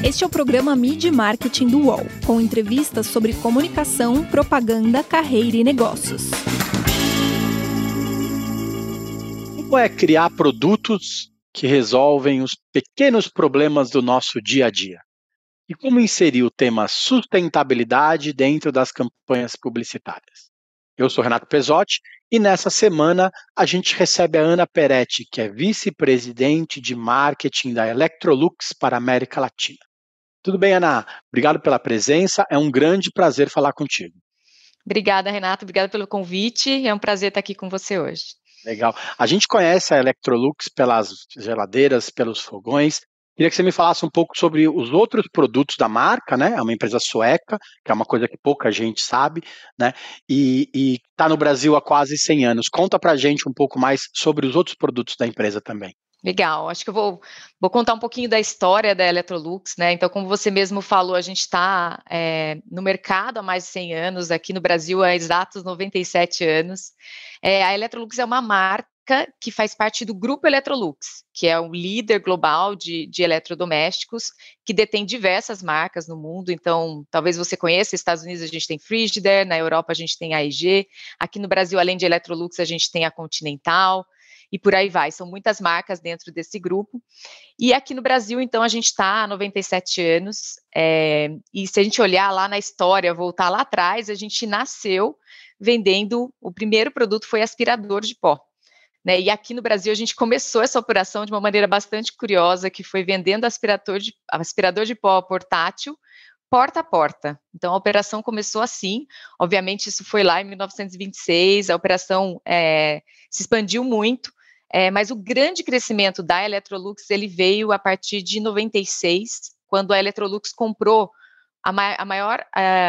Este é o programa Media Marketing do UOL, com entrevistas sobre comunicação, propaganda, carreira e negócios. Como é criar produtos que resolvem os pequenos problemas do nosso dia a dia? E como inserir o tema sustentabilidade dentro das campanhas publicitárias? Eu sou Renato Pesotti e nessa semana a gente recebe a Ana Peretti, que é vice-presidente de marketing da Electrolux para a América Latina. Tudo bem, Ana? Obrigado pela presença, é um grande prazer falar contigo. Obrigada, Renato, obrigada pelo convite, é um prazer estar aqui com você hoje. Legal. A gente conhece a Electrolux pelas geladeiras, pelos fogões. Queria que você me falasse um pouco sobre os outros produtos da marca, né? É uma empresa sueca, que é uma coisa que pouca gente sabe, né? E está no Brasil há quase 100 anos. Conta pra gente um pouco mais sobre os outros produtos da empresa também. Legal, acho que eu vou contar um pouquinho da história da Electrolux, né? Então, como você mesmo falou, a gente está no mercado há mais de 100 anos, aqui no Brasil há exatos 97 anos. A Electrolux é uma marca que faz parte do Grupo Electrolux, que é um líder global de eletrodomésticos, que detém diversas marcas no mundo. Então, talvez você conheça, nos Estados Unidos a gente tem Frigidaire, na Europa a gente tem a AEG, aqui no Brasil, além de Electrolux, a gente tem a Continental, e por aí vai, são muitas marcas dentro desse grupo. E aqui no Brasil, então, a gente está há 97 anos, e se a gente olhar lá na história, voltar lá atrás, a gente nasceu vendendo, o primeiro produto foi aspirador de pó, né? E aqui no Brasil a gente começou essa operação de uma maneira bastante curiosa, que foi vendendo aspirador de pó portátil, porta a porta. Então, a operação começou assim, obviamente isso foi lá em 1926, a operação se expandiu muito, mas o grande crescimento da Electrolux, ele veio a partir de 96, quando a Electrolux comprou a maior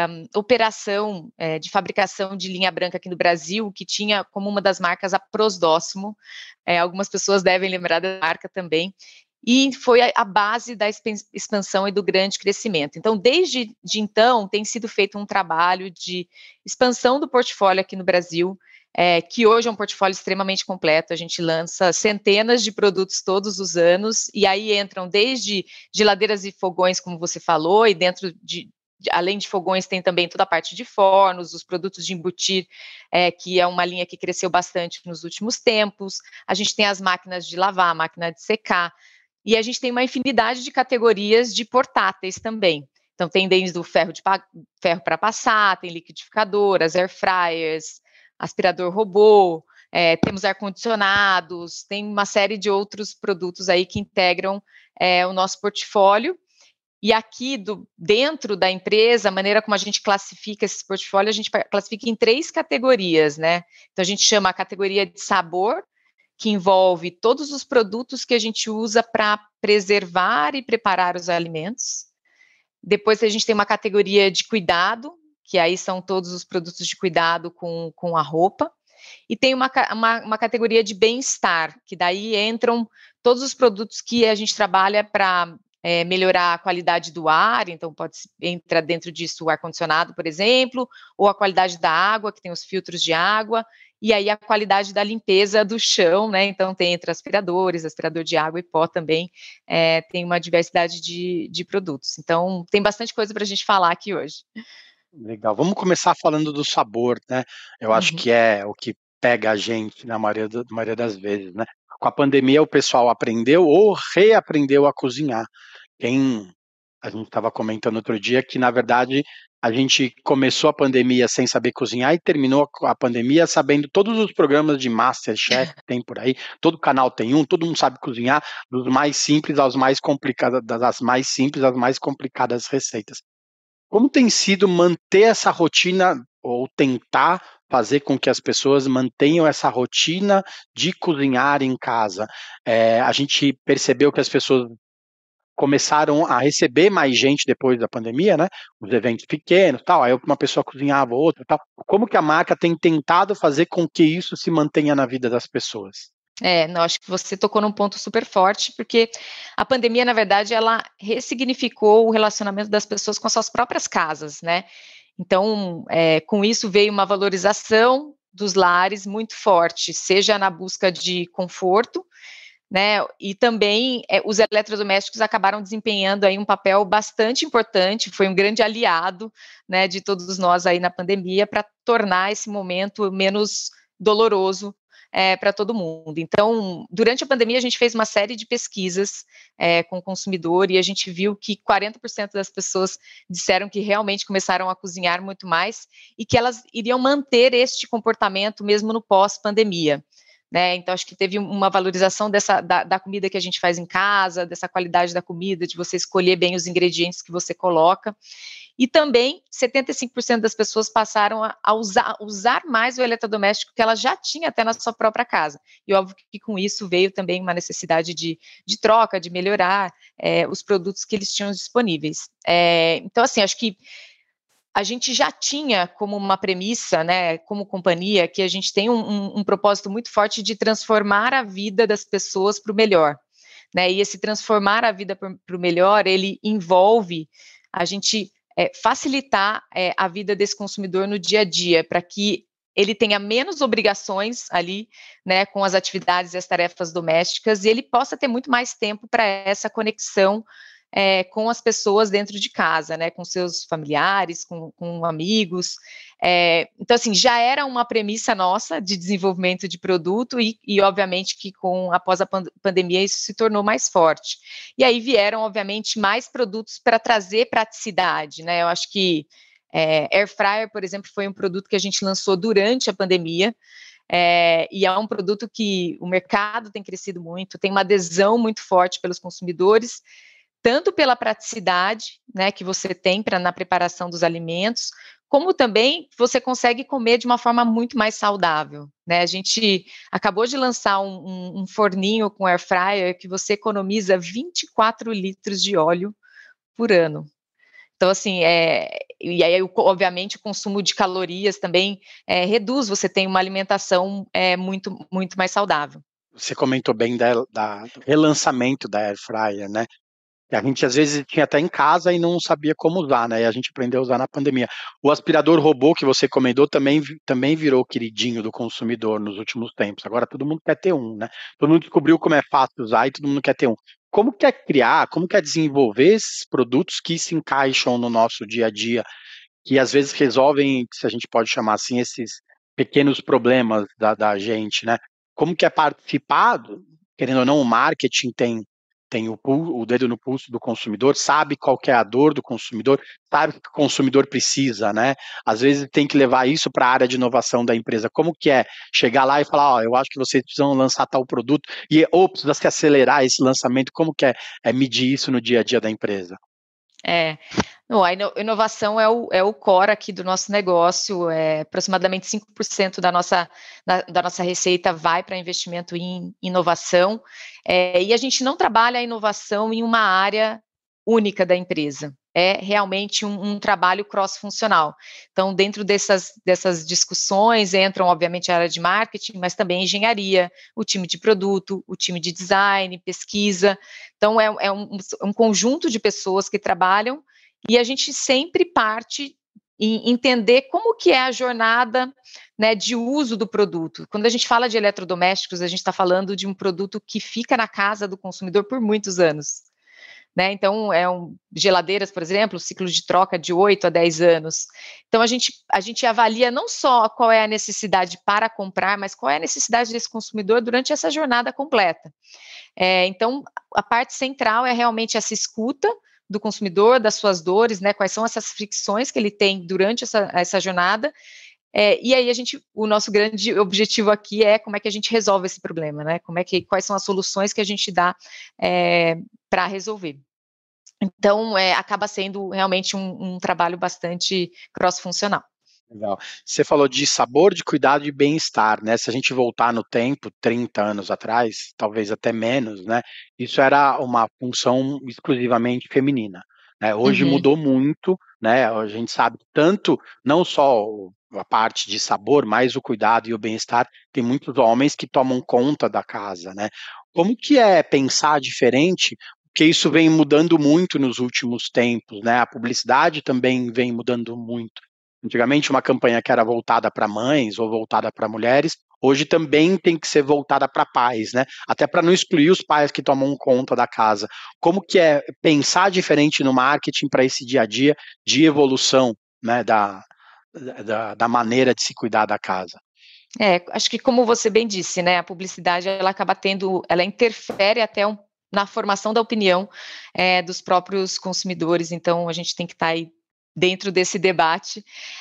operação de fabricação de linha branca aqui no Brasil, que tinha como uma das marcas a Prosdóximo, algumas pessoas devem lembrar da marca também, e foi a base da expansão e do grande crescimento. Então, desde então, tem sido feito um trabalho de expansão do portfólio aqui no Brasil, que hoje é um portfólio extremamente completo. A gente lança centenas de produtos todos os anos, e aí entram desde geladeiras e fogões, como você falou, e dentro além de fogões, tem também toda a parte de fornos, os produtos de embutir, que é uma linha que cresceu bastante nos últimos tempos. A gente tem as máquinas de lavar, máquina de secar, e a gente tem uma infinidade de categorias de portáteis também. Então, tem desde o ferro para passar, tem liquidificadoras, air fryers, aspirador robô, temos ar-condicionados, tem uma série de outros produtos aí que integram o nosso portfólio. E aqui, dentro da empresa, a maneira como a gente classifica esse portfólio, a gente classifica em 3 categorias, né? Então, a gente chama a categoria de sabor, que envolve todos os produtos que a gente usa para preservar e preparar os alimentos. Depois a gente tem uma categoria de cuidado, que aí são todos os produtos de cuidado com a roupa. E tem uma categoria de bem-estar, que daí entram todos os produtos que a gente trabalha para melhorar a qualidade do ar. Então entra dentro disso o ar-condicionado, por exemplo, ou a qualidade da água, que tem os filtros de água, e aí a qualidade da limpeza do chão, né? Então tem entre aspiradores, aspirador de água e pó também, tem uma diversidade de produtos. Então tem bastante coisa para a gente falar aqui hoje. Legal, vamos começar falando do sabor, né? Eu acho que é o que pega a gente na maioria das vezes, né? Com a pandemia o pessoal aprendeu ou reaprendeu a cozinhar. A gente estava comentando outro dia que, na verdade, a gente começou a pandemia sem saber cozinhar e terminou a pandemia sabendo todos os programas de MasterChef que tem por aí, todo canal tem um, todo mundo sabe cozinhar, dos mais simples aos mais complicados, das mais simples às mais complicadas receitas. Como tem sido manter essa rotina ou tentar fazer com que as pessoas mantenham essa rotina de cozinhar em casa? A gente percebeu que as pessoas começaram a receber mais gente depois da pandemia, né? Os eventos pequenos, tal. Aí uma pessoa cozinhava, outra, tal. Como que a marca tem tentado fazer com que isso se mantenha na vida das pessoas? Não, acho que você tocou num ponto super forte, porque a pandemia, na verdade, ela ressignificou o relacionamento das pessoas com as suas próprias casas, né? Então, com isso veio uma valorização dos lares muito forte, seja na busca de conforto, né? E também os eletrodomésticos acabaram desempenhando aí um papel bastante importante, foi um grande aliado, né, de todos nós aí na pandemia para tornar esse momento menos doloroso para todo mundo. Então, durante a pandemia, a gente fez uma série de pesquisas com o consumidor e a gente viu que 40% das pessoas disseram que realmente começaram a cozinhar muito mais e que elas iriam manter este comportamento mesmo no pós-pandemia. Né? Então, acho que teve uma valorização da comida que a gente faz em casa, dessa qualidade da comida, de você escolher bem os ingredientes que você coloca. E também 75% das pessoas passaram a usar mais o eletrodoméstico que ela já tinha até na sua própria casa. E óbvio que com isso veio também uma necessidade de troca, de melhorar os produtos que eles tinham disponíveis. Então, assim, acho que a gente já tinha como uma premissa, né, como companhia, que a gente tem um propósito muito forte de transformar a vida das pessoas para o melhor. Né? E esse transformar a vida para o melhor, ele envolve a gente facilitar a vida desse consumidor no dia a dia, para que ele tenha menos obrigações ali, né, com as atividades e as tarefas domésticas, e ele possa ter muito mais tempo para essa conexão com as pessoas dentro de casa, né, com seus familiares, com amigos. Então, assim, já era uma premissa nossa de desenvolvimento de produto e obviamente, que após a pandemia isso se tornou mais forte. E aí vieram, obviamente, mais produtos para trazer praticidade, né, eu acho que Air Fryer, por exemplo, foi um produto que a gente lançou durante a pandemia, e é um produto que o mercado tem crescido muito, tem uma adesão muito forte pelos consumidores, tanto pela praticidade, né, que você tem na preparação dos alimentos, como também você consegue comer de uma forma muito mais saudável, né? A gente acabou de lançar um forninho com air fryer que você economiza 24 litros de óleo por ano. Então, assim, e aí, obviamente, o consumo de calorias também reduz, você tem uma alimentação muito, muito mais saudável. Você comentou bem do relançamento da Air Fryer, né? A gente às vezes tinha até em casa e não sabia como usar, né? E a gente aprendeu a usar na pandemia. O aspirador robô que você comentou também virou queridinho do consumidor nos últimos tempos. Agora todo mundo quer ter um, né? Todo mundo descobriu como é fácil usar e todo mundo quer ter um. Como que é criar, como que é desenvolver esses produtos que se encaixam no nosso dia a dia, que às vezes resolvem, se a gente pode chamar assim, esses pequenos problemas da gente, né? Como que é participado, querendo ou não, o marketing tem o dedo no pulso do consumidor, sabe qual que é a dor do consumidor, sabe o que o consumidor precisa, né? Às vezes tem que levar isso para a área de inovação da empresa. Como que é chegar lá e falar, eu acho que vocês precisam lançar tal produto, precisa se acelerar esse lançamento, como que é medir isso no dia a dia da empresa? Não, a inovação é o core aqui do nosso negócio, aproximadamente 5% da nossa receita vai para investimento em inovação, e a gente não trabalha a inovação em uma área única da empresa, é realmente um trabalho cross-funcional. Então, dentro dessas discussões entram, obviamente, a área de marketing, mas também engenharia, o time de produto, o time de design, pesquisa. Então, é um conjunto de pessoas que trabalham e a gente sempre parte em entender como que é a jornada, né, de uso do produto. Quando a gente fala de eletrodomésticos, a gente está falando de um produto que fica na casa do consumidor por muitos anos. Né? Então, geladeiras, por exemplo, ciclo de troca de 8 a 10 anos. Então, a gente avalia não só qual é a necessidade para comprar, mas qual é a necessidade desse consumidor durante essa jornada completa. Então, a parte central é realmente essa escuta do consumidor, das suas dores, né? Quais são essas fricções que ele tem durante essa jornada. E aí o nosso grande objetivo aqui é como é que a gente resolve esse problema, né? Quais são as soluções que a gente dá para resolver. Então, acaba sendo realmente um trabalho bastante cross-funcional. Legal. Você falou de sabor, de cuidado e bem-estar, né? Se a gente voltar no tempo, 30 anos atrás, talvez até menos, né? Isso era uma função exclusivamente feminina, né? Hoje mudou muito, né? A gente sabe tanto, não só a parte de sabor, mas o cuidado e o bem-estar, tem muitos homens que tomam conta da casa, né? Como que é pensar diferente? Porque isso vem mudando muito nos últimos tempos, né? A publicidade também vem mudando muito. Antigamente, uma campanha que era voltada para mães ou voltada para mulheres, hoje também tem que ser voltada para pais, né? Até para não excluir os pais que tomam conta da casa. Como que é pensar diferente no marketing para esse dia a dia de evolução, né, da maneira de se cuidar da casa? Acho que como você bem disse, né, a publicidade ela interfere até na formação da opinião dos próprios consumidores, então a gente tem que estar aí dentro desse debate.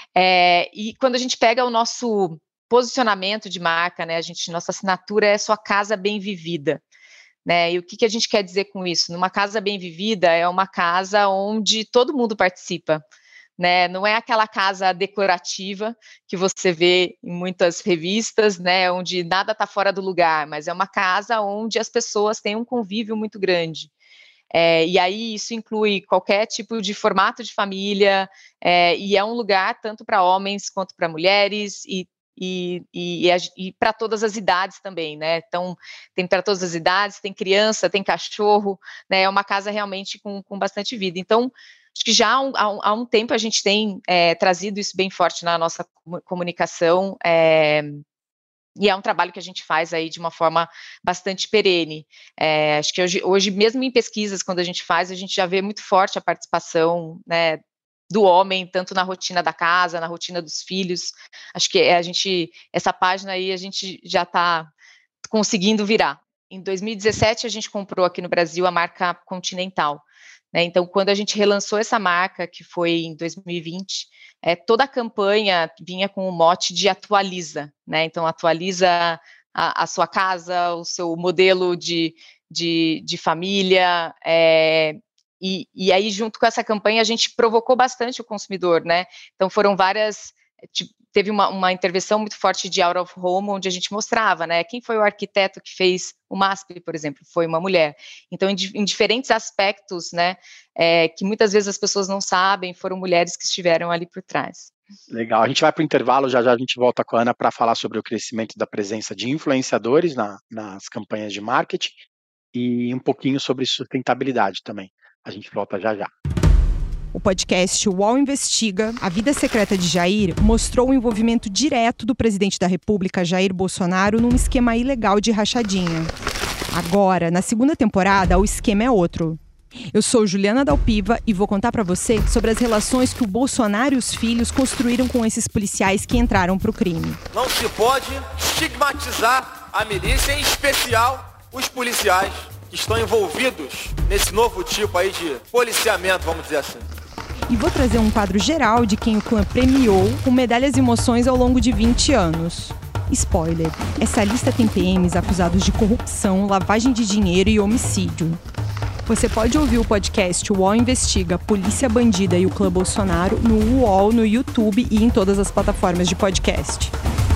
E quando a gente pega o nosso posicionamento de marca, né, nossa assinatura é sua casa bem vivida. Né, e o que a gente quer dizer com isso? Numa casa bem vivida é uma casa onde todo mundo participa. Né, não é aquela casa decorativa que você vê em muitas revistas, né, onde nada está fora do lugar, mas é uma casa onde as pessoas têm um convívio muito grande. E aí isso inclui qualquer tipo de formato de família, e é um lugar tanto para homens quanto para mulheres e para todas as idades também, né? Então, tem para todas as idades, tem criança, tem cachorro, né? É uma casa realmente com bastante vida. Então, acho que já há um tempo a gente tem trazido isso bem forte na nossa comunicação, e é um trabalho que a gente faz aí de uma forma bastante perene. Acho que hoje, mesmo em pesquisas, quando a gente já vê muito forte a participação, né, do homem, tanto na rotina da casa, na rotina dos filhos. Acho que essa página aí a gente já está conseguindo virar. Em 2017, a gente comprou aqui no Brasil a marca Continental. Né? Então, quando a gente relançou essa marca, que foi em 2020, toda a campanha vinha com o mote de atualiza. Né? Então, atualiza a sua casa, o seu modelo de família, e aí, junto com essa campanha, a gente provocou bastante o consumidor, né? Então, foram teve uma intervenção muito forte de out of home, onde a gente mostrava, né? Quem foi o arquiteto que fez o MASP, por exemplo? Foi uma mulher. Então, em diferentes aspectos, né? Que muitas vezes as pessoas não sabem, foram mulheres que estiveram ali por trás. Legal, a gente vai para o intervalo, já a gente volta com a Ana para falar sobre o crescimento da presença de influenciadores nas campanhas de marketing e um pouquinho sobre sustentabilidade também. A gente volta já. O podcast UOL Investiga, a vida secreta de Jair, mostrou o envolvimento direto do presidente da República, Jair Bolsonaro, num esquema ilegal de rachadinha. Agora, na segunda temporada, o esquema é outro. Eu sou Juliana Dalpiva e vou contar para você sobre as relações que o Bolsonaro e os filhos construíram com esses policiais que entraram para o crime. Não se pode estigmatizar a milícia, em especial os policiais que estão envolvidos nesse novo tipo aí de policiamento, vamos dizer assim. E vou trazer um quadro geral de quem o clã premiou com medalhas e emoções ao longo de 20 anos. Spoiler, essa lista tem PMs acusados de corrupção, lavagem de dinheiro e homicídio. Você pode ouvir o podcast UOL Investiga, Polícia Bandida e o Clã Bolsonaro no UOL, no YouTube e em todas as plataformas de podcast.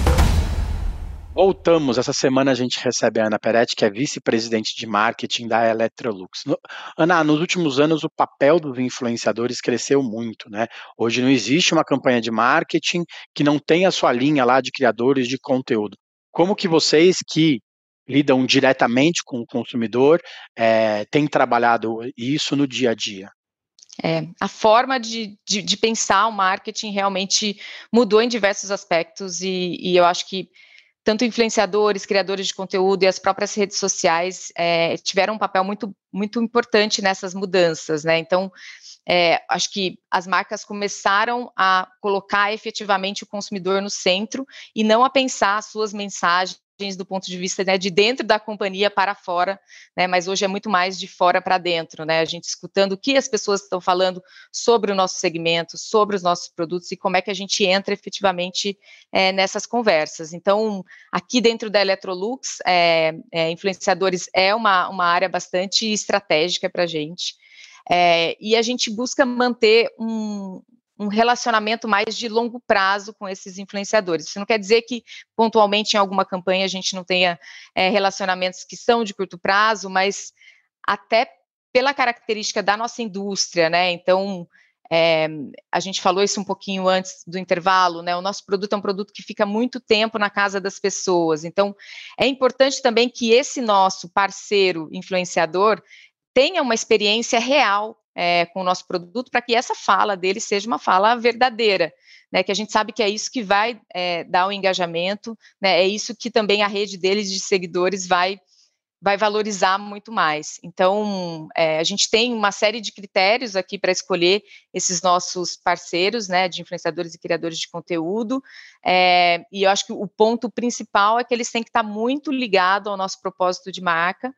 Voltamos, essa semana a gente recebe a Ana Peretti, que é vice-presidente de marketing da Electrolux. Ana, nos últimos anos o papel dos influenciadores cresceu muito, né? Hoje não existe uma campanha de marketing que não tenha a sua linha lá de criadores de conteúdo. Como que vocês que lidam diretamente com o consumidor têm trabalhado isso no dia a dia? A forma de pensar o marketing realmente mudou em diversos aspectos e eu acho que tanto influenciadores, criadores de conteúdo e as próprias redes sociais tiveram um papel muito, muito importante nessas mudanças, né? Então, acho que as marcas começaram a colocar efetivamente o consumidor no centro e não a pensar as suas mensagens do ponto de vista, né, de dentro da companhia para fora, né, mas hoje é muito mais de fora para dentro, né, a gente escutando o que as pessoas estão falando sobre o nosso segmento, sobre os nossos produtos e como é que a gente entra efetivamente nessas conversas. Então, aqui dentro da Electrolux, influenciadores é uma área bastante estratégica para a gente, e a gente busca manter um relacionamento mais de longo prazo com esses influenciadores. Isso não quer dizer que, pontualmente, em alguma campanha, a gente não tenha relacionamentos que são de curto prazo, mas até pela característica da nossa indústria, né? Então, a gente falou isso um pouquinho antes do intervalo, né? O nosso produto é um produto que fica muito tempo na casa das pessoas. Então, é importante também que esse nosso parceiro influenciador tenha uma experiência real com o nosso produto, para que essa fala dele seja uma fala verdadeira, né, que a gente sabe que é isso que vai dar o engajamento, né, é isso que também a rede deles de seguidores vai valorizar muito mais. Então, a gente tem uma série de critérios aqui para escolher esses nossos parceiros, né, de influenciadores e criadores de conteúdo, e eu acho que o ponto principal é que eles têm que estar muito ligados ao nosso propósito de marca.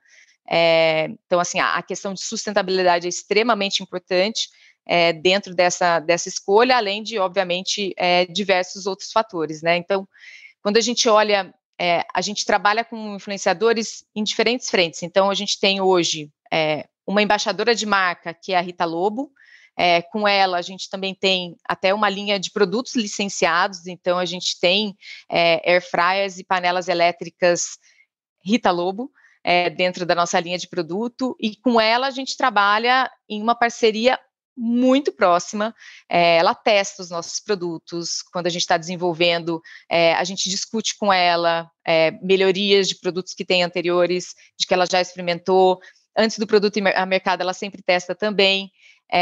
Então, assim, a questão de sustentabilidade é extremamente importante dentro dessa escolha, além de, obviamente, diversos outros fatores, né? Então, quando a gente olha, a gente trabalha com influenciadores em diferentes frentes. Então, a gente tem hoje uma embaixadora de marca, que é a Rita Lobo. Com ela, a gente também tem até uma linha de produtos licenciados. Então, a gente tem air fryers e panelas elétricas Rita Lobo dentro da nossa linha de produto. E com ela, a gente trabalha em uma parceria muito próxima, ela testa os nossos produtos, quando a gente está desenvolvendo, a gente discute com ela melhorias de produtos que tem anteriores, de que ela já experimentou, antes do produto ir ao mercado, ela sempre testa também.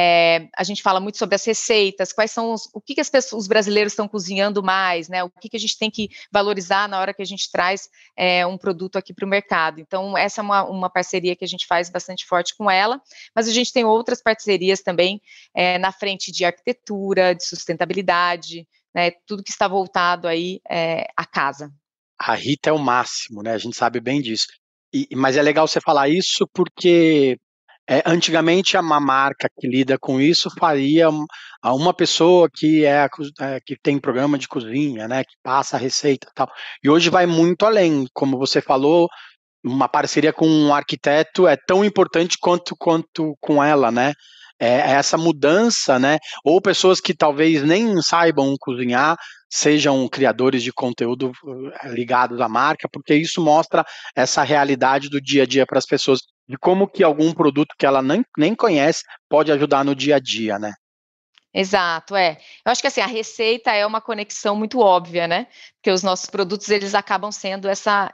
A gente fala muito sobre as receitas, quais são o que os brasileiros estão cozinhando mais, né? O que a gente tem que valorizar na hora que a gente traz um produto aqui para o mercado. Então, essa é uma parceria que a gente faz bastante forte com ela, mas a gente tem outras parcerias também na frente de arquitetura, de sustentabilidade, né? Tudo que está voltado aí à casa. A Rita é o máximo, né? A gente sabe bem disso. Mas é legal você falar isso porque antigamente uma marca que lida com isso faria a uma pessoa que que tem programa de cozinha, né? Que passa a receita e tal. E hoje vai muito além, como você falou, uma parceria com um arquiteto é tão importante quanto com ela, né? Essa mudança, né? Ou pessoas que talvez nem saibam cozinhar, sejam criadores de conteúdo ligados à marca, porque isso mostra essa realidade do dia a dia para as pessoas, de como que algum produto que ela nem conhece pode ajudar no dia a dia, né? Exato, Eu acho que assim, a receita é uma conexão muito óbvia, né? Porque os nossos produtos, eles acabam sendo essa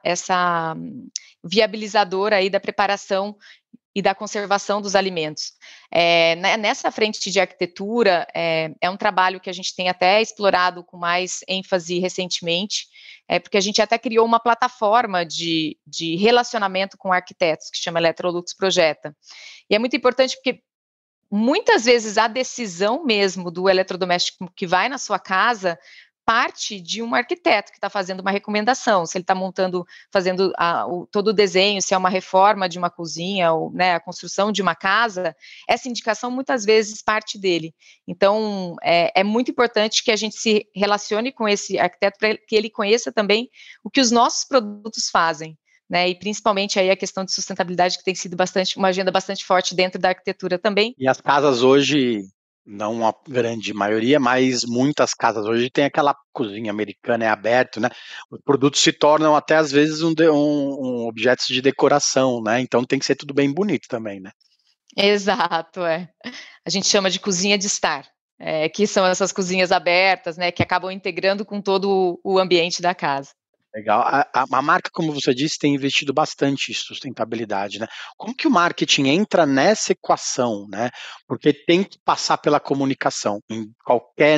viabilizadora aí da preparação e da conservação dos alimentos. Nessa frente de arquitetura, é um trabalho que a gente tem até explorado com mais ênfase recentemente, porque a gente até criou uma plataforma de relacionamento com arquitetos, que chama Electrolux Projeta. E é muito importante porque muitas vezes a decisão mesmo do eletrodoméstico que vai na sua casa parte de um arquiteto que está fazendo uma recomendação, se ele está fazendo todo o desenho, se é uma reforma de uma cozinha ou, né, a construção de uma casa, essa indicação muitas vezes parte dele. Então, é muito importante que a gente se relacione com esse arquiteto para que ele conheça também o que os nossos produtos fazem, né, e principalmente aí a questão de sustentabilidade, que tem sido uma agenda bastante forte dentro da arquitetura também. E as casas hoje, não a grande maioria, mas muitas casas hoje tem aquela cozinha americana, aberto, né? Os produtos se tornam até às vezes um objetos de decoração, né? Então tem que ser tudo bem bonito também, né? Exato, A gente chama de cozinha de estar, que são essas cozinhas abertas, né, que acabam integrando com todo o ambiente da casa. Legal. A marca, como você disse, tem investido bastante em sustentabilidade, né? Como que o marketing entra nessa equação, né? Porque tem que passar pela comunicação. Em qualquer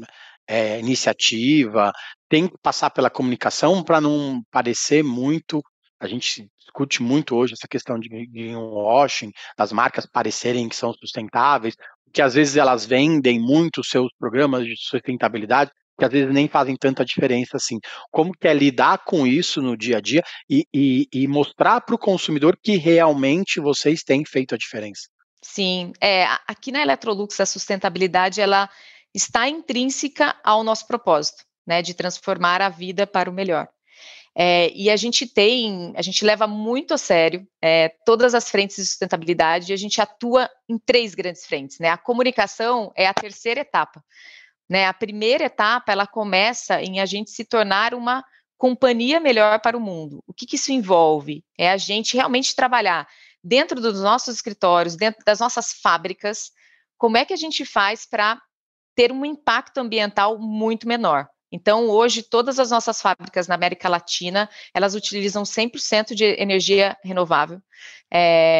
iniciativa, tem que passar pela comunicação para não parecer muito. A gente discute muito hoje essa questão de greenwashing, das marcas parecerem que são sustentáveis, porque às vezes elas vendem muito os seus programas de sustentabilidade, que às vezes nem fazem tanta diferença assim. Como que é lidar com isso no dia a dia e mostrar para o consumidor que realmente vocês têm feito a diferença? Sim, aqui na Electrolux a sustentabilidade ela está intrínseca ao nosso propósito, né, de transformar a vida para o melhor. E a gente leva muito a sério todas as frentes de sustentabilidade, e a gente atua em 3 grandes frentes, né? A comunicação é a terceira etapa, né? A primeira etapa, ela começa em a gente se tornar uma companhia melhor para o mundo. O que isso envolve? É a gente realmente trabalhar dentro dos nossos escritórios, dentro das nossas fábricas, como é que a gente faz para ter um impacto ambiental muito menor. Então, hoje, todas as nossas fábricas na América Latina, elas utilizam 100% de energia renovável.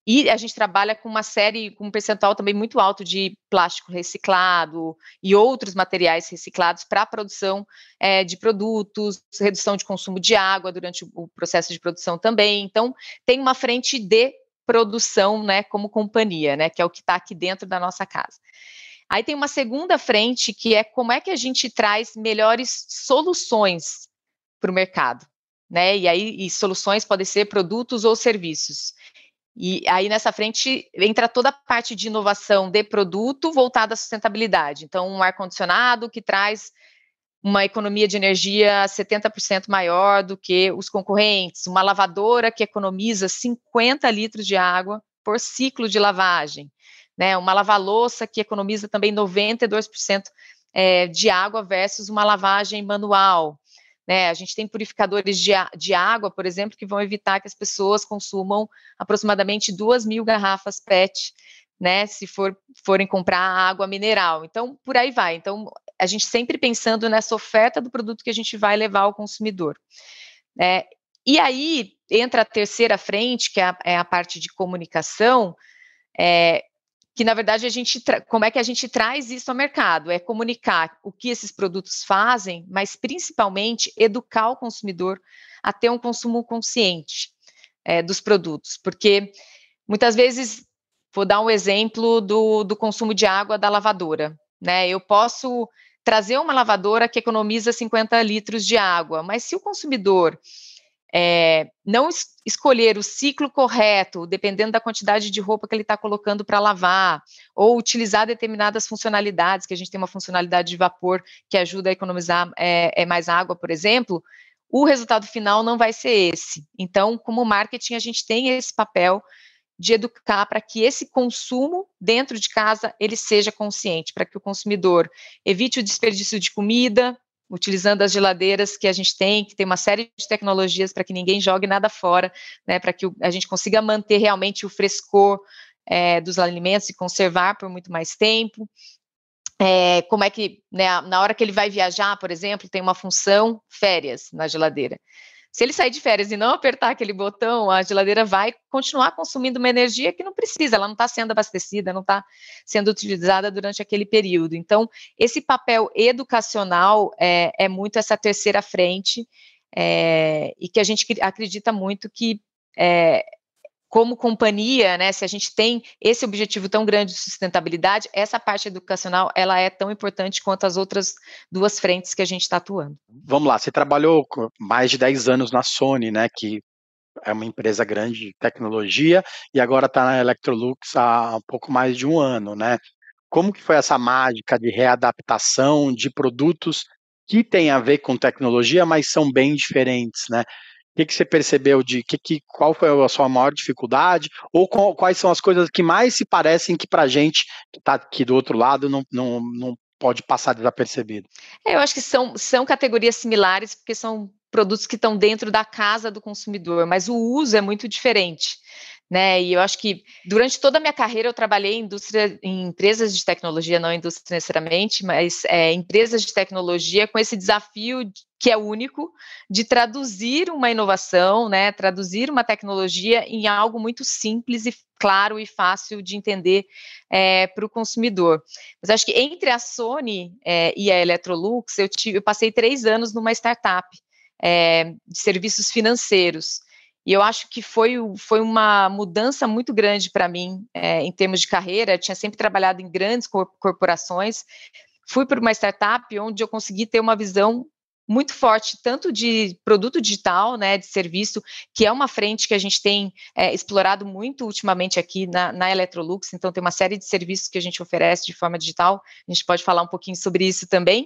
E a gente trabalha com com um percentual também muito alto de plástico reciclado e outros materiais reciclados para a produção de produtos, redução de consumo de água durante o processo de produção também. Então, tem uma frente de produção, né, como companhia, né, que é o que está aqui dentro da nossa casa. Aí tem uma segunda frente, que é como é que a gente traz melhores soluções para o mercado, né? E soluções podem ser produtos ou serviços. E aí nessa frente entra toda a parte de inovação de produto voltada à sustentabilidade. Então, um ar-condicionado que traz uma economia de energia 70% maior do que os concorrentes, uma lavadora que economiza 50 litros de água por ciclo de lavagem, né? Uma lava-louça que economiza também 92% de água versus uma lavagem manual. Né, a gente tem purificadores de água, por exemplo, que vão evitar que as pessoas consumam aproximadamente 2.000 garrafas PET, né, se forem comprar água mineral. Então, por aí vai. Então, a gente sempre pensando nessa oferta do produto que a gente vai levar ao consumidor. E aí entra a terceira frente, que é a parte de comunicação, que na verdade como é que a gente traz isso ao mercado? É comunicar o que esses produtos fazem, mas principalmente educar o consumidor a ter um consumo consciente dos produtos, porque muitas vezes, vou dar um exemplo do consumo de água da lavadora, né? Eu posso trazer uma lavadora que economiza 50 litros de água, mas se o consumidor não escolher o ciclo correto, dependendo da quantidade de roupa que ele está colocando para lavar, ou utilizar determinadas funcionalidades, que a gente tem uma funcionalidade de vapor que ajuda a economizar mais água, por exemplo, o resultado final não vai ser esse. Então, como marketing, a gente tem esse papel de educar para que esse consumo dentro de casa ele seja consciente, para que o consumidor evite o desperdício de comida, utilizando as geladeiras que a gente tem, que tem uma série de tecnologias para que ninguém jogue nada fora, né, para que a gente consiga manter realmente o frescor dos alimentos e conservar por muito mais tempo. Como é que, né, na hora que ele vai viajar, por exemplo, tem uma função férias na geladeira. Se ele sair de férias e não apertar aquele botão, a geladeira vai continuar consumindo uma energia que não precisa, ela não está sendo abastecida, não está sendo utilizada durante aquele período. Então, esse papel educacional é muito essa terceira frente, e que a gente acredita muito que, como companhia, né, se a gente tem esse objetivo tão grande de sustentabilidade, essa parte educacional ela é tão importante quanto as outras duas frentes que a gente está atuando. Vamos lá, você trabalhou mais de 10 anos na Sony, né, que é uma empresa grande de tecnologia, e agora está na Electrolux há um pouco mais de um ano, né? Como que foi essa mágica de readaptação de produtos que têm a ver com tecnologia, mas são bem diferentes, né? O que você percebeu qual foi a sua maior dificuldade, ou quais são as coisas que mais se parecem que para a gente que está aqui do outro lado não pode passar desapercebido? Eu acho que são categorias similares, porque são produtos que estão dentro da casa do consumidor, mas o uso é muito diferente, né? E eu acho que durante toda a minha carreira eu trabalhei em empresas de tecnologia, não indústria necessariamente, mas empresas de tecnologia com esse desafio que é único de traduzir uma inovação, né? Traduzir uma tecnologia em algo muito simples e claro e fácil de entender para o consumidor. Mas acho que entre a Sony e a Electrolux, eu passei 3 anos numa startup de serviços financeiros. E eu acho que foi uma mudança muito grande para mim em termos de carreira. Eu tinha sempre trabalhado em grandes corporações. Fui para uma startup onde eu consegui ter uma visão muito forte, tanto de produto digital, né, de serviço, que é uma frente que a gente tem explorado muito ultimamente aqui na Electrolux. Então, tem uma série de serviços que a gente oferece de forma digital. A gente pode falar um pouquinho sobre isso também.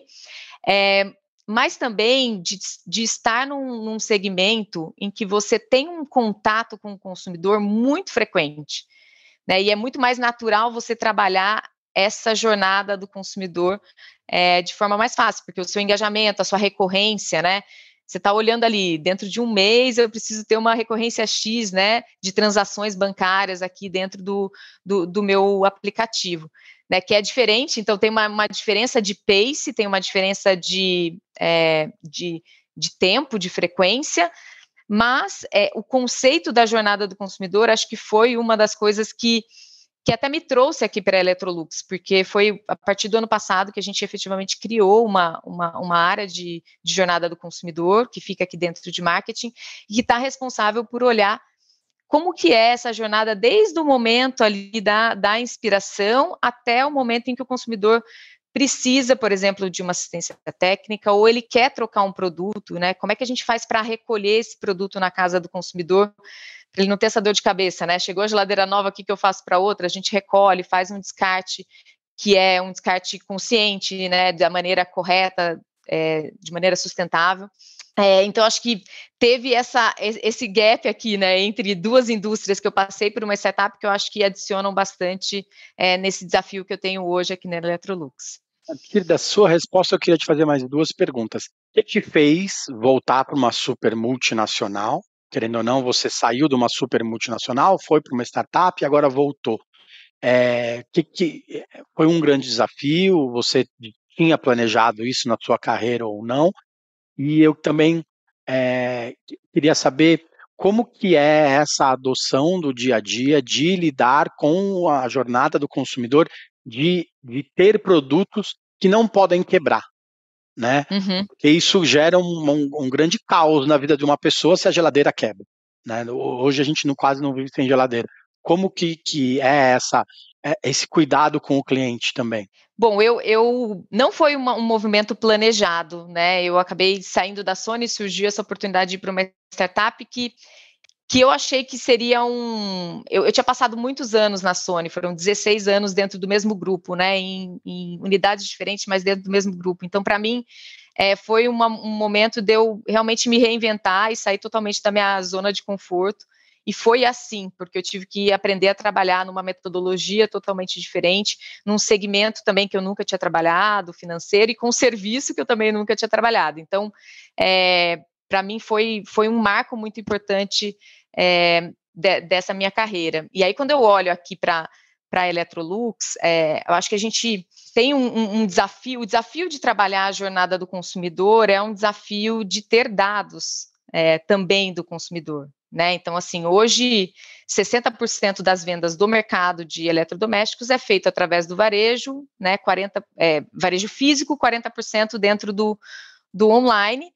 Mas também de estar num segmento em que você tem um contato com o consumidor muito frequente, né? E é muito mais natural você trabalhar essa jornada do consumidor de forma mais fácil, porque o seu engajamento, a sua recorrência, né? Você está olhando ali, dentro de um mês eu preciso ter uma recorrência X, né, de transações bancárias aqui dentro do meu aplicativo, né, que é diferente. Então tem uma diferença de pace, tem uma diferença de tempo, de frequência, mas o conceito da jornada do consumidor, acho que foi uma das coisas que até me trouxe aqui para a Electrolux, porque foi a partir do ano passado que a gente efetivamente criou uma área de jornada do consumidor, que fica aqui dentro de marketing, e que está responsável por olhar como que é essa jornada desde o momento ali da inspiração até o momento em que o consumidor precisa, por exemplo, de uma assistência técnica, ou ele quer trocar um produto, né? Como é que a gente faz para recolher esse produto na casa do consumidor, para ele não ter essa dor de cabeça, né? Chegou a geladeira nova, o que eu faço para outra? A gente recolhe, faz um descarte, que é um descarte consciente, né? Da maneira correta, de maneira sustentável. Então, acho que teve esse gap aqui, né, entre duas indústrias que eu passei por uma startup que eu acho que adicionam bastante nesse desafio que eu tenho hoje aqui na Electrolux. A partir da sua resposta, eu queria te fazer mais duas perguntas. O que te fez voltar para uma super multinacional? Querendo ou não, você saiu de uma super multinacional, foi para uma startup e agora voltou. Foi um grande desafio? Você tinha planejado isso na sua carreira ou não? E eu também queria saber como que é essa adoção do dia a dia de lidar com a jornada do consumidor, de ter produtos que não podem quebrar, né? Uhum. Porque isso gera um grande caos na vida de uma pessoa se a geladeira quebra, né? Hoje a gente quase não vive sem geladeira. Como que é esse cuidado com o cliente também? Bom, eu não foi um movimento planejado, né? Eu acabei saindo da Sony, surgiu essa oportunidade de ir para uma startup que eu achei que seria eu tinha passado muitos anos na Sony, foram 16 anos dentro do mesmo grupo, né? Em unidades diferentes, mas dentro do mesmo grupo. Então, para mim, foi um momento de eu realmente me reinventar e sair totalmente da minha zona de conforto. E foi assim, porque eu tive que aprender a trabalhar numa metodologia totalmente diferente, num segmento também que eu nunca tinha trabalhado, financeiro, e com um serviço que eu também nunca tinha trabalhado. Então, para mim foi um marco muito importante dessa minha carreira. E aí, quando eu olho aqui para a Electrolux, eu acho que a gente tem um desafio. O desafio de trabalhar a jornada do consumidor é um desafio de ter dados também do consumidor, né? Então, assim, hoje 60% das vendas do mercado de eletrodomésticos é feito através do varejo, né? Varejo físico, 40% dentro do online.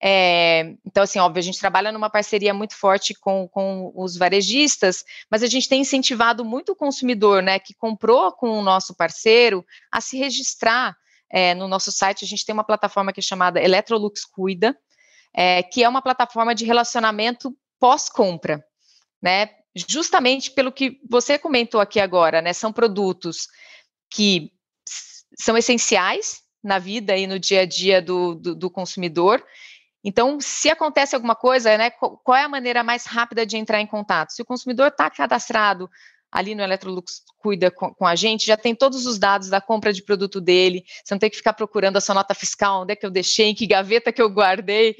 Então, assim, óbvio, a gente trabalha numa parceria muito forte com os varejistas, mas a gente tem incentivado muito o consumidor, né, que comprou com o nosso parceiro, a se registrar no nosso site. A gente tem uma plataforma que é chamada Electrolux Cuida, que é uma plataforma de relacionamento pós-compra, né, justamente pelo que você comentou aqui agora, né, são produtos que são essenciais na vida e no dia a dia do consumidor. Então, se acontece alguma coisa, né, qual é a maneira mais rápida de entrar em contato? Se o consumidor está cadastrado ali no Electrolux Cuida com a gente, já tem todos os dados da compra de produto dele, você não tem que ficar procurando a sua nota fiscal, onde é que eu deixei, em que gaveta que eu guardei.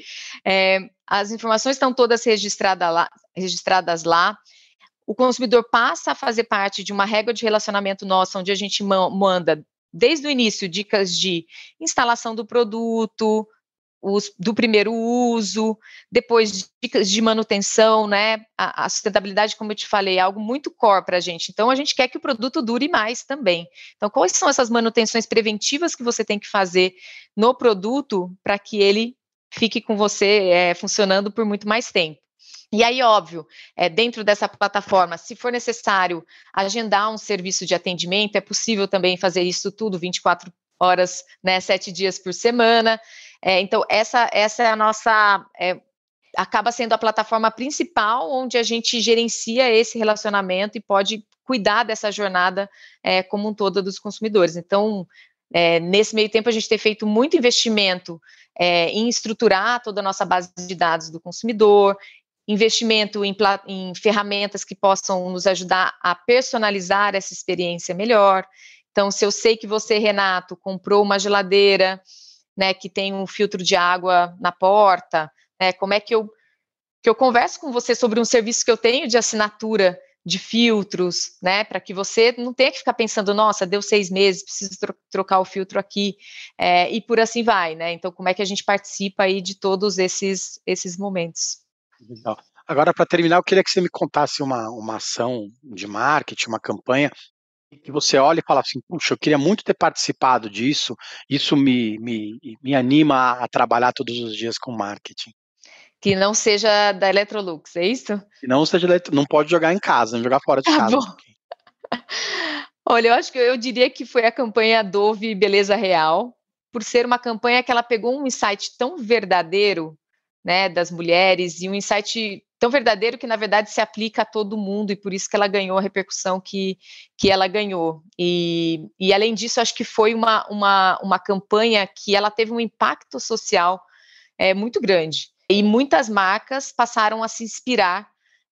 As informações estão todas registradas lá. O consumidor passa a fazer parte de uma régua de relacionamento nossa, onde a gente manda, desde o início, dicas de instalação do produto, do primeiro uso, depois dicas de manutenção, né? A sustentabilidade, como eu te falei, é algo muito core para a gente. Então, a gente quer que o produto dure mais também. Então, quais são essas manutenções preventivas que você tem que fazer no produto para que ele fique com você funcionando por muito mais tempo? E aí, óbvio, dentro dessa plataforma, se for necessário agendar um serviço de atendimento, é possível também fazer isso tudo 24 horas, né, 7 dias por semana. Então, essa é a nossa, acaba sendo a plataforma principal onde a gente gerencia esse relacionamento e pode cuidar dessa jornada como um todo dos consumidores. Então, nesse meio tempo, a gente tem feito muito investimento em estruturar toda a nossa base de dados do consumidor, investimento em ferramentas que possam nos ajudar a personalizar essa experiência melhor. Então, se eu sei que você, Renato, comprou uma geladeira, né, que tem um filtro de água na porta, né, como é que eu converso com você sobre um serviço que eu tenho de assinatura de filtros, né, para que você não tenha que ficar pensando, nossa, deu 6 meses, preciso trocar o filtro aqui, e por assim vai, né? Então, como é que a gente participa aí de todos esses momentos? Legal. Agora, para terminar, eu queria que você me contasse uma ação de marketing, uma campanha, que você olha e fala assim, puxa, eu queria muito ter participado disso, isso me anima a trabalhar todos os dias com marketing. Que não seja da Electrolux, é isso? E não pode jogar em casa, não jogar fora de casa. Bom. Olha, eu diria que foi a campanha Dove Beleza Real, por ser uma campanha que ela pegou um insight tão verdadeiro, né, das mulheres, e um insight tão verdadeiro que, na verdade, se aplica a todo mundo, e por isso que ela ganhou a repercussão que ela ganhou. E além disso, acho que foi uma campanha que ela teve um impacto social muito grande. E muitas marcas passaram a se inspirar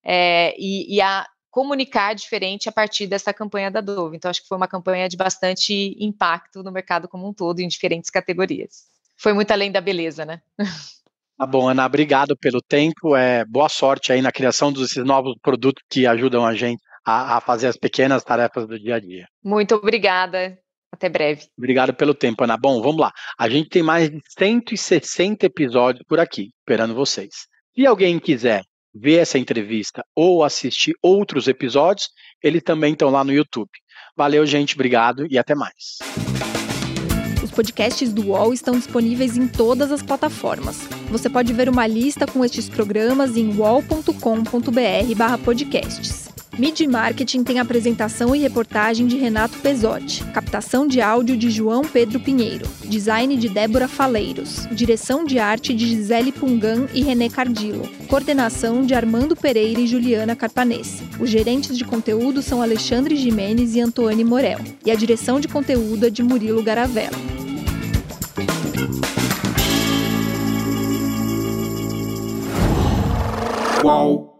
e a comunicar diferente a partir dessa campanha da Dove. Então, acho que foi uma campanha de bastante impacto no mercado como um todo, em diferentes categorias. Foi muito além da beleza, né? Tá bom, Ana, obrigado pelo tempo, boa sorte aí na criação desses novos produtos que ajudam a gente a fazer as pequenas tarefas do dia a dia. Muito obrigada, até breve. Obrigado pelo tempo, Ana. Bom, vamos lá. A gente tem mais de 160 episódios por aqui, esperando vocês. Se alguém quiser ver essa entrevista ou assistir outros episódios, eles também estão lá no YouTube. Valeu, gente, obrigado e até mais. Os podcasts do UOL estão disponíveis em todas as plataformas. Você pode ver uma lista com estes programas em uol.com.br/podcasts. Mídia e Marketing tem apresentação e reportagem de Renato Pesotti, captação de áudio de João Pedro Pinheiro, design de Débora Faleiros, direção de arte de Gisele Pungan e René Cardillo, coordenação de Armando Pereira e Juliana Carpanese. Os gerentes de conteúdo são Alexandre Jimenez e Antoine Morel, e a direção de conteúdo é de Murilo Garavella. UOL.